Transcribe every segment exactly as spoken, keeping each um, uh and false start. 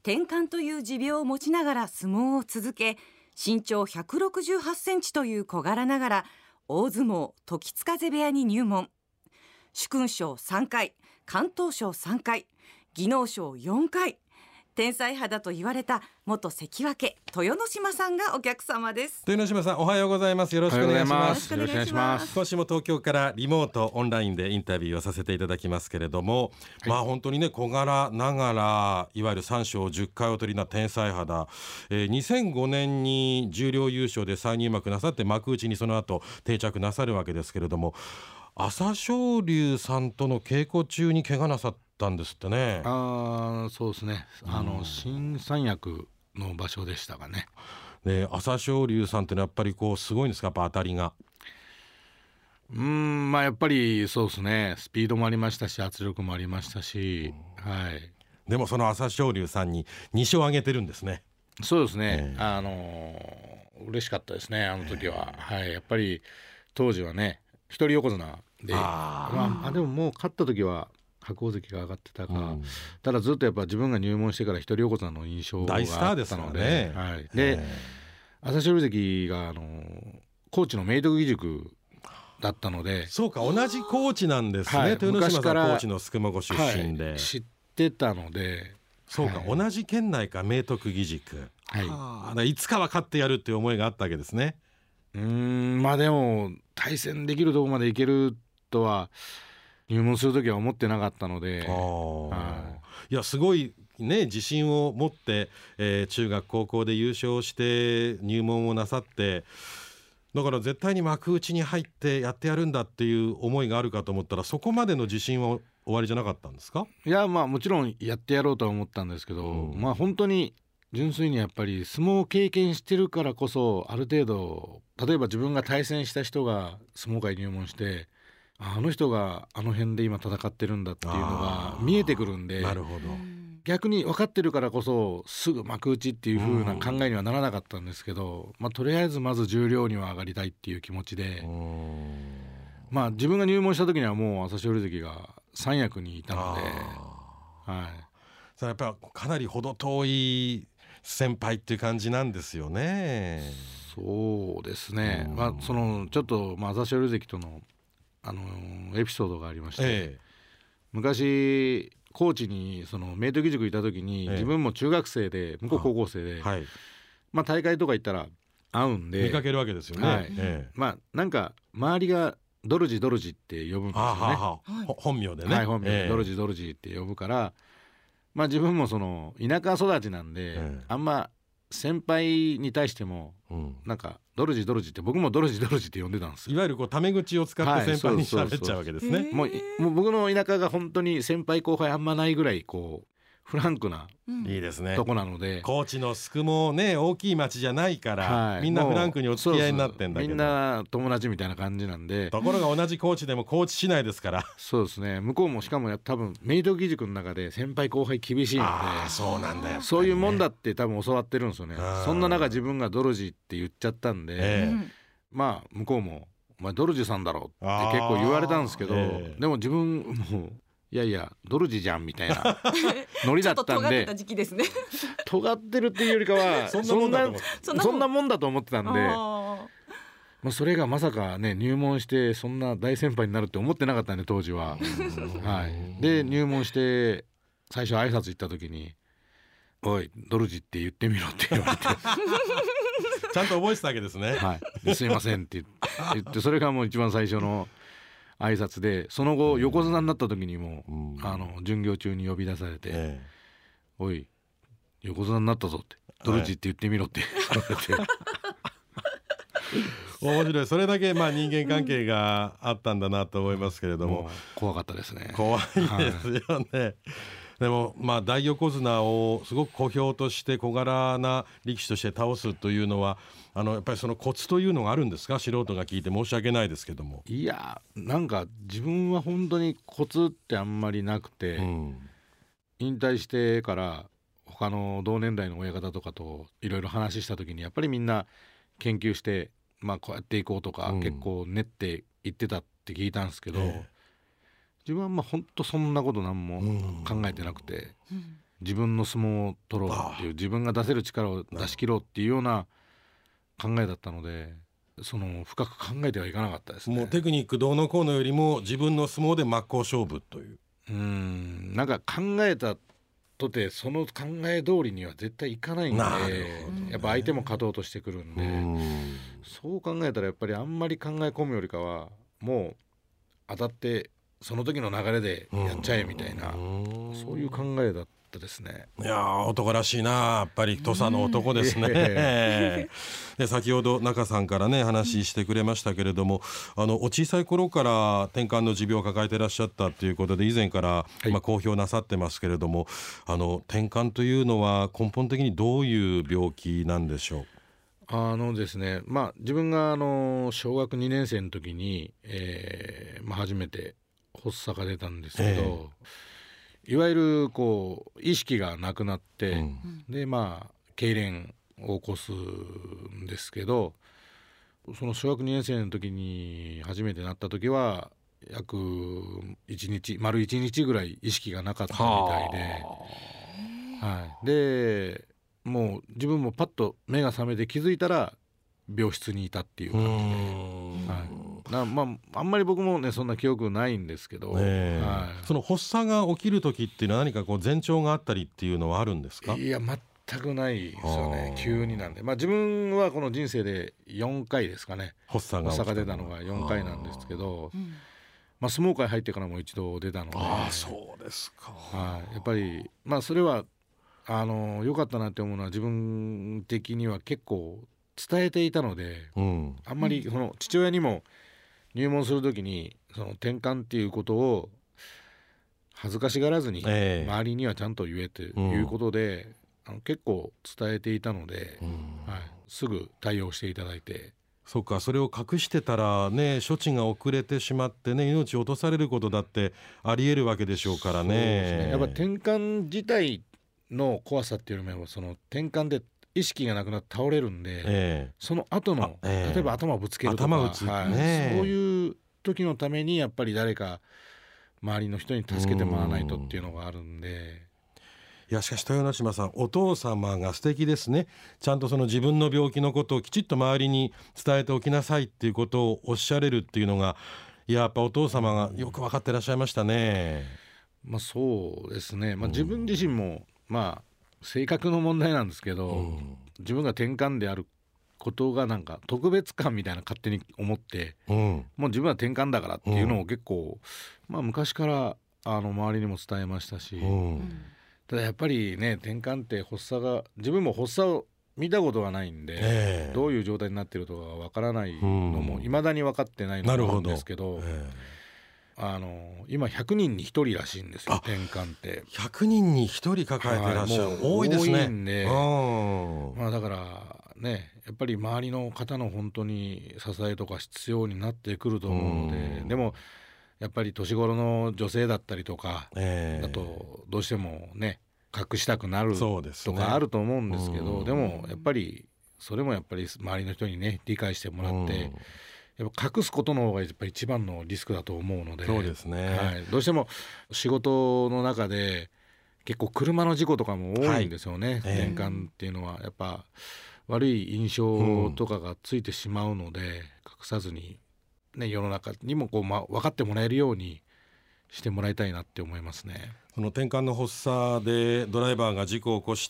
転換という持病を持ちながら相撲を続け、身長ひゃくろくじゅうはちセンチという小柄ながら大相撲時津風部屋に入門。殊勲賞さんかい、敢闘賞さんかい、技能賞よんかい、天才肌と言われた元関脇豊ノ島さんがお客様です。 豊ノ島さん、おはようございます。よろしくお願いします。 よろしくお願いします。 今週も東京からリモートオンラインでインタビューをさせていただきますけれども、はい、まあ本当にね、小柄ながらいわゆるさん賞じゅっかいお取りな天才肌、えー、にせんごねんに十両優勝で再入幕なさって幕内にその後定着なさるわけですけれども、朝青龍さんとの稽古中に怪我なさったんですってね。 あ、そうですね、あの新三役の場所でしたかね。 で、朝青龍さんってのはやっぱりこうすごいんですか、やっぱ当たりが。 うーん、まあやっぱりそうですね、スピードもありましたし圧力もありましたし、はい、 でもその朝青龍さんにに勝挙げてるんですね。 そうですね、えー、あのー、嬉しかったですね、あの時は、えーはい、やっぱり当時はね一人横綱で、あ、まあ、でももう勝った時は白鵬関が上がってたか、うん、ただずっとやっぱ自分が入門してから一人横綱の印象があったので、大スターですからね、はい、で朝青龍関があの高知の明徳義塾だったので、 そうか、同じ高知なんですね、はい、豊ノ島さん高知の宿毛出身で、はい、 知ってたので、 そうか、はい、同じ県内か明徳義塾、はい、いつかは勝ってやるっていう思いがあったわけですね。 うーん、まあでも対戦できるところまでいけるとは入門するときは思ってなかったので、 はい、いやすごいね、自信を持って、えー、中学高校で優勝して入門をなさって、だから絶対に幕内に入ってやってやるんだっていう思いがあるかと思ったら、そこまでの自信は終わりじゃなかったんですか？ いや、まあもちろんやってやろうとは思ったんですけど、うん、まあ本当に純粋にやっぱり相撲を経験してるからこそ、ある程度例えば自分が対戦した人が相撲界入門して、あの人があの辺で今戦ってるんだっていうのが見えてくるんで、 なるほど、 逆に分かってるからこそすぐ幕内っていう風な考えにはならなかったんですけど、まあ、とりあえずまず十両には上がりたいっていう気持ちで、まあ自分が入門した時にはもう朝青龍関が三役にいたので、はい、 それやっぱかなり程遠い先輩っていう感じなんですよね。 そうですね、まあ、そのちょっと、まあ、朝青龍関との、あのー、エピソードがありまして、ええ、昔高知にその明徳義塾いた時に、ええ、自分も中学生で向こう高校生で、はい、まあ、大会とか行ったら会うんで見かけるわけですよね、はい、 ええ、まあなんか周りがドルジドルジって呼ぶんですよね。ははは本名でね、 はい、本名でドルジドルジって呼ぶから、まあ、自分もその田舎育ちなんで、ええ、あんま先輩に対しても、うん、なんかドルジドルジって僕もドルジドルジって呼んでたんですよ。 いわゆるこうタメ口を使って先輩に喋っちゃうわけですね。 もうもう僕の田舎が本当に先輩後輩あんまないぐらいこうフランクな、 うん、いいですね、 とこなので、 高知の宿毛ね、大きい町じゃないから、はい、みんなフランクにお付き合いになってんだけど、 みんな友達みたいな感じなんで、 ところが同じ高知でも高知市内ですから、 そうですね、向こうもしかも多分明徳義塾の中で先輩後輩厳しいので、 あ、そうなんだよ、ね、 そういうもんだって多分教わってるんですよね。そんな中自分がドルジって言っちゃったんで、えー、まあ向こうもお前ドルジさんだろって結構言われたんですけど、えー、でも自分もいやいやドルジじゃんみたいなノリだったんでちょっと尖ってた時期ですね尖ってるっていうよりかはそんなもんだと思ってそんなもんだと思ってたんで、まあ、それがまさかね入門してそんな大先輩になるって思ってなかったんで当時ははい、で入門して最初挨拶行った時においドルジって言ってみろって言われてちゃんと覚えてたわけですね、 はい、すいませんって言ってそれがもう一番最初の挨拶で、その後横綱になった時にも、うん、あの巡業中に呼び出されて、ええ、おい横綱になったぞってドルジって言ってみろって言われて、はい面白い。それだけまあ人間関係があったんだなと思いますけれども、うん、も怖かったですね。 怖いですよね、はい、でもまあ大横綱をすごく小兵として小柄な力士として倒すというのはあのやっぱりそのコツというのがあるんですか？素人が聞いて申し訳ないですけども。 いやなんか自分は本当にコツってあんまりなくて、うん、引退してから他の同年代の親方とかといろいろ話した時にやっぱりみんな研究してまあこうやっていこうとか、うん、結構練って言ってたって聞いたんですけど、えー、自分はまあ本当そんなこと何も考えてなくて、うん、 自分の相撲を取ろうっていう自分が出せる力を出し切ろうっていうような考えだったので、その深く考えてはいかなかったですね。 もうテクニックどうのこうのよりも自分の相撲で真っ向勝負という、 うーんなんか考えたとてその考え通りには絶対いかないんで、 なるほどね、 やっぱ相手も勝とうとしてくるんで、 うんそう考えたらやっぱりあんまり考え込むよりかはもう当たってその時の流れでやっちゃえみたいな、 うんそういう考えだったですね。 いやー男らしいな、やっぱり土佐の男ですね、 えで先ほど中さんからね話してくれましたけれども、あのお小さい頃から転換の持病を抱えていらっしゃったということで以前から、 いまあ、公表なさってますけれども、あの転換というのは根本的にどういう病気なんでしょう。 あのですね、まあ自分があの小学にねん生の時に、えーまあ、初めて発作が出たんですけど、いわゆるこう意識がなくなって、 うんでまあ痙攣を起こすんですけど、その小学にねん生の時に初めてなった時は約いちにち丸いちにちぐらい意識がなかったみたいで、はい、でもう自分もパッと目が覚めて気づいたら病室にいたっていう感じで、はいなまあ、あんまり僕もねそんな記憶ないんですけど、 えーはい、 その発作が起きる時っていうのは何かこう前兆があったりっていうのはあるんですか。 いや全くないですよね。 あー急になんで、まあ、自分はこの人生でよんかいですかね、 発作が起きた発作が出たのがよんかいなんですけど、 うんまあ、相撲界入ってからも一度出たので、 ああそうですか、 はい、やっぱりまあそれはあの良かったなって思うのは自分的には結構伝えていたので、 うんあんまりその父親にも入門する時にその転換っていうことを恥ずかしがらずにええ周りにはちゃんと言えということで、あの結構伝えていたので、 うんはい、すぐ対応していただいて、 そうか、それを隠してたらね処置が遅れてしまってね命を落とされることだってありえるわけでしょうからそうですね。 ね、やっぱ転換自体の怖さっていうよりもその転換で意識がなくなって倒れるんで、 えその後の、 あええ例えば頭をぶつけるとか、 頭打つはいねそういう時のためにやっぱり誰か周りの人に助けてもらわないとっていうのがあるんで、 えいやしかし豊ノ島さんお父様が素敵ですね。ちゃんとその自分の病気のことをきちっと周りに伝えておきなさいっていうことをおっしゃれるっていうのがいややっぱお父様がよく分かってらっしゃいましたね。 まあそうですね、まあ、自分自身もまあ性格の問題なんですけど、 うん自分が転換であることがなんか特別感みたいな勝手に思って、 うんもう自分は転換だからっていうのを結構、まあ、昔からあの周りにも伝えましたし、 うんただやっぱりね転換って発作が自分も発作を見たことがないんで、 ええどういう状態になっているとかわからないのもうん未だに分かってないのもあるんですけど、 えあの今ひゃくにんにひとりらしいんですよあ転換って。 えひゃくにんにひとり抱えてらっしゃる、 はいもう多いですね。 多いんでうんまあだからねやっぱり周りの方の本当に支えとか必要になってくると思うので、 うんでもやっぱり年頃の女性だったりとかええだとどうしてもね隠したくなるそうですねとかあると思うんですけど、 うんでもやっぱりそれもやっぱり周りの人にね理解してもらって、 うんやっぱ隠すことの方がやっぱり一番のリスクだと思うので、 そうですね、 はい、どうしても仕事の中で結構車の事故とかも多いんですよね、 はいええ転換っていうのはやっぱ悪い印象とかがついてしまうので、隠さずに、ね、世の中にもこう、ま、分かってもらえるようにしてもらいたいなって思いますね。 その転換の発作でドライバーが事故を起こして、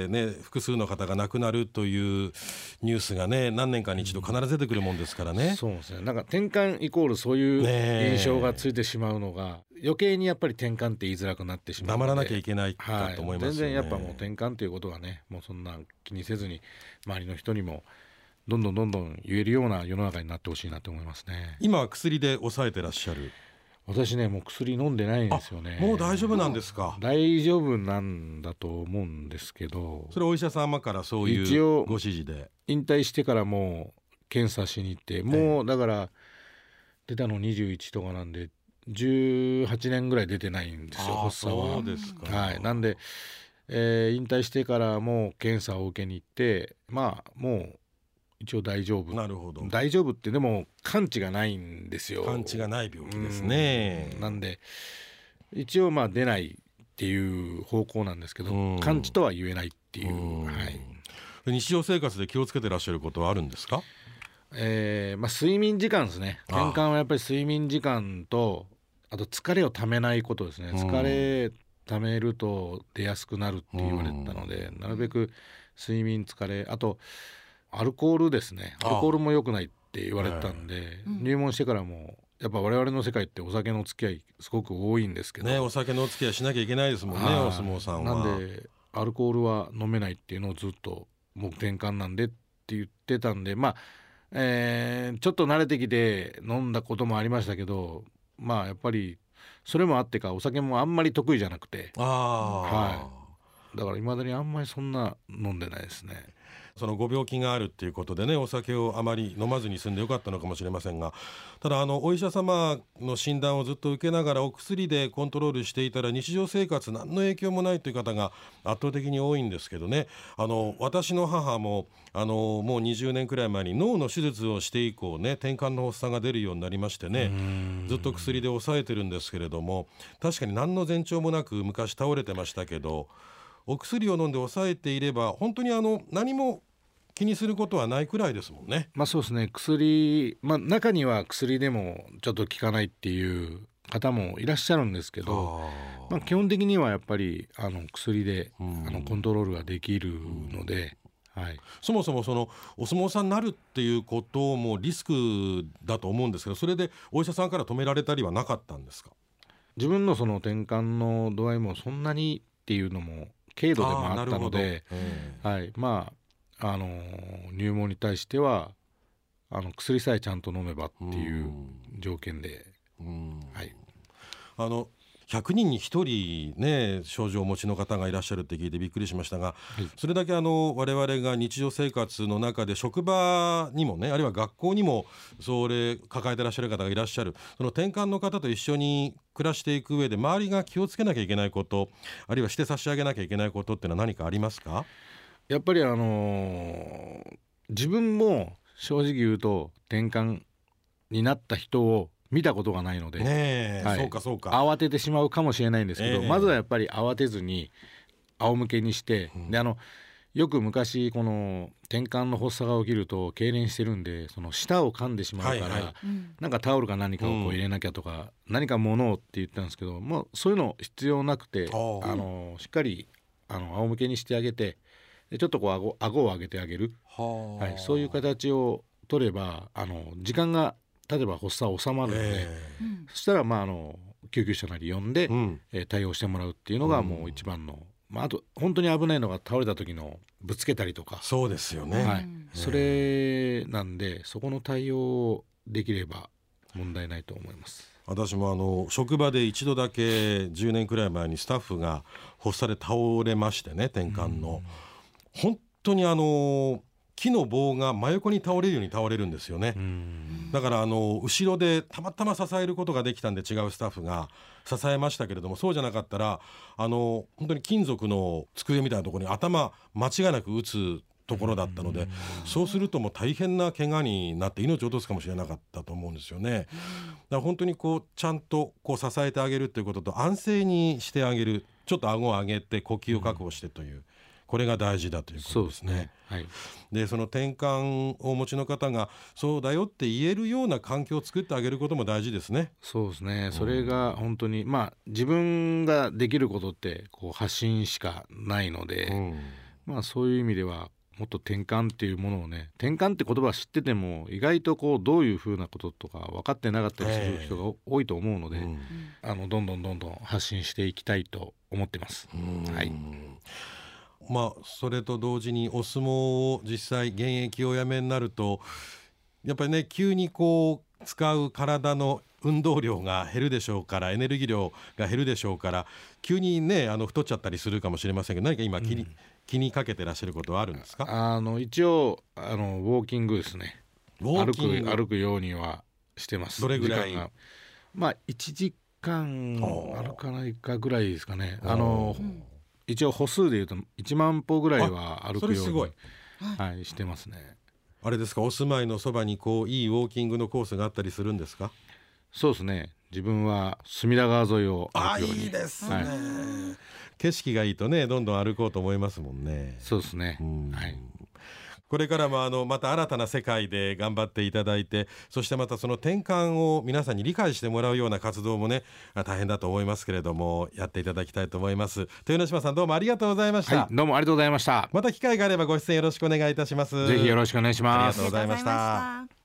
ね、複数の方が亡くなるというニュースがね何年かに一度必ず出てくるもんですからね、 そうですね、なんか転換イコールそういうねえ印象がついてしまうのが余計にやっぱり転換って言いづらくなってしまうので黙らなきゃいけないはい、 かと思いますよね、 全然やっぱもう転換ということはねもうそんな気にせずに周りの人にもどんどんどんどん言えるような世の中になってほしいなと思いますね。 今は薬で抑えてらっしゃる。 私ねもう薬飲んでないんですよね。 もう大丈夫なんですか。 大丈夫なんだと思うんですけど、 それお医者様からそうい一応うご指示で。 引退してからもう検査しに行ってもうだから出たのにじゅういちとかなんでじゅうはちねんぐらい出てないんですよあ発作は。 そうですか、 はい、なんで、えー引退してからもう検査を受けに行ってまあもう一応大丈夫なるほど、 大丈夫ってでも完治がないんですよ。 完治がない病気ですね。 うんなんで一応まあ出ないっっていう方向なんですけど、 うん完治とは言えないっていう、 うんはい。 日常生活で気をつけてらっしゃることはあるんですか？ えーまあ、睡眠時間ですね。 ああ転換はやっぱり睡眠時間と、あと疲れをためないことですね。 うん疲れためると出やすくなるって言われてたので、なるべく睡眠疲れ、あとアルコールですね。アルコールも良くないって言われてたんで、 うん入門してからもやっぱ我々の世界ってお酒の付き合いすごく多いんですけど、 ね、お酒のお付き合いしなきゃいけないですもんね、 はいお相撲さんは。 なんでアルコールは飲めないっていうのをずっともう転換なんでって言ってたんで、まあ、えーちょっと慣れてきて飲んだこともありましたけど、まあやっぱりそれもあってかお酒もあんまり得意じゃなくて、 ああ、 はだから未だにあんまりそんな飲んでないですね。 そのご病気があるっていうことでね、お酒をあまり飲まずに済んでよかったのかもしれませんが、ただあのお医者様の診断をずっと受けながらお薬でコントロールしていたら日常生活何の影響もないという方が圧倒的に多いんですけどね。あの私の母もあのもうにじゅうねんくらい前に脳の手術をして以降ね、転換の発作が出るようになりましてね、ずっと薬で抑えてるんですけれども、確かに何の前兆もなく昔倒れてましたけど、お薬を飲んで抑えていれば本当にあの何も気にすることはないくらいですもんね。 まあそうですね。薬、まあ中には薬でもちょっと効かないっていう方もいらっしゃるんですけど、 あまあ、基本的にはやっぱりあの薬でうんあのコントロールができるので、はい、 そもそもそのお相撲さんになるっていうこともリスクだと思うんですけど、それでお医者さんから止められたりはなかったんですか？ 自分のその転換の度合いもそんなにっていうのも軽度でもあったので、 あーなるほど、 はい、まああの入門に対してはあの薬さえちゃんと飲めばっていう条件で、 うんはい、 あのひゃくにんにひとりね症状をお持ちの方がいらっしゃるって聞いてびっくりしましたが、 いそれだけあの我々が日常生活の中で職場にもね、あるいは学校にもそれ抱えてらっしゃる方がいらっしゃる、その転換の方と一緒に暮らしていく上で周りが気をつけなきゃいけないこと、あるいはして差し上げなきゃいけないことってのは何かありますか？ やっぱりあのー自分も正直言うと転換になった人を見たことがないので、 ねえ、 はいそうかそうか、 慌ててしまうかもしれないんですけど、 ええまずはやっぱり慌てずに仰向けにして、 うんであのよく昔この転換の発作が起きると痙攣してるんで、その舌を噛んでしまうから、 はいはいうんなんかタオルか何かをこうんう入れなきゃとか、何か物をって言ったんですけど、もうそういうの必要なくて、 あああのしっかりあの仰向けにしてあげて、でちょっとこう顎顎を上げてあげる、 はあ、 はい、そういう形を取ればあの時間が例えば発作収まるので、 えうんそしたらまああの救急車なり呼んで、 えうんえー対応してもらうっていうのがもう一番の、まあ、あと本当に危ないのが倒れた時のぶつけたりとか、 そうですよね、 はいうんそれなんでそこの対応をできれば問題ないと思います。 私もあの職場で一度だけじゅうねんくらい前にスタッフが発作で倒れましてね、転換の、本当にあの木の棒が真横に倒れるように倒れるんですよね。 うんだからあの後ろでたまたま支えることができたんで違うスタッフが支えましたけれども、そうじゃなかったらあの本当に金属の机みたいなところに頭間違いなく打つところだったので、そうするともう大変な怪我になって命を落とすかもしれなかったと思うんですよね。だから本当にこうちゃんとこう支えてあげるということと、安静にしてあげる、ちょっと顎を上げて呼吸を確保してという、これが大事だということですね。 はい、 でその転換をお持ちの方がそうだよって言えるような環境を作ってあげることも大事ですね。 そうですね。それが本当に、まあ自分ができることってこう発信しかないので、 うんまあそういう意味ではもっと転換っていうものをね、転換って言葉知ってても意外とこうどういうふうなこととか分かってなかったりする人が多いと思うので、 うんあのどんどんどんどん発信していきたいと思ってます。 うんはい。 まあそれと同時にお相撲を実際現役をおやめになるとやっぱりね、急にこう使う体の運動量が減るでしょうから、エネルギー量が減るでしょうから、急にねあの太っちゃったりするかもしれませんけど、何か今気に、うん、気にかけてらっしゃることはあるんですか？ あの一応あのウォーキングですね。 ウォーキング歩く歩くようにはしてます。 どれぐらい？ 時間がまあいちじかん歩かないかぐらいですかね。あの、うん、一応歩数でいうといちまん歩ぐらいは歩くように、はい、してますね。 あれですか、お住まいのそばにこういいウォーキングのコースがあったりするんですか？ そうですね。 自分は隅田川沿いを歩くように。 いいですね、 はい、 景色がいいとねどんどん歩こうと思いますもんね。 そうですね、 はい、 これからもあのまた新たな世界で頑張っていただいて、そしてまたその転換を皆さんに理解してもらうような活動もね大変だと思いますけれどもやっていただきたいと思います。豊ノ島さんどうもありがとうございました。 はい、どうもありがとうございました。 また機会があればご出演よろしくお願いいたします。 ぜひよろしくお願いします。 ありがとうございました。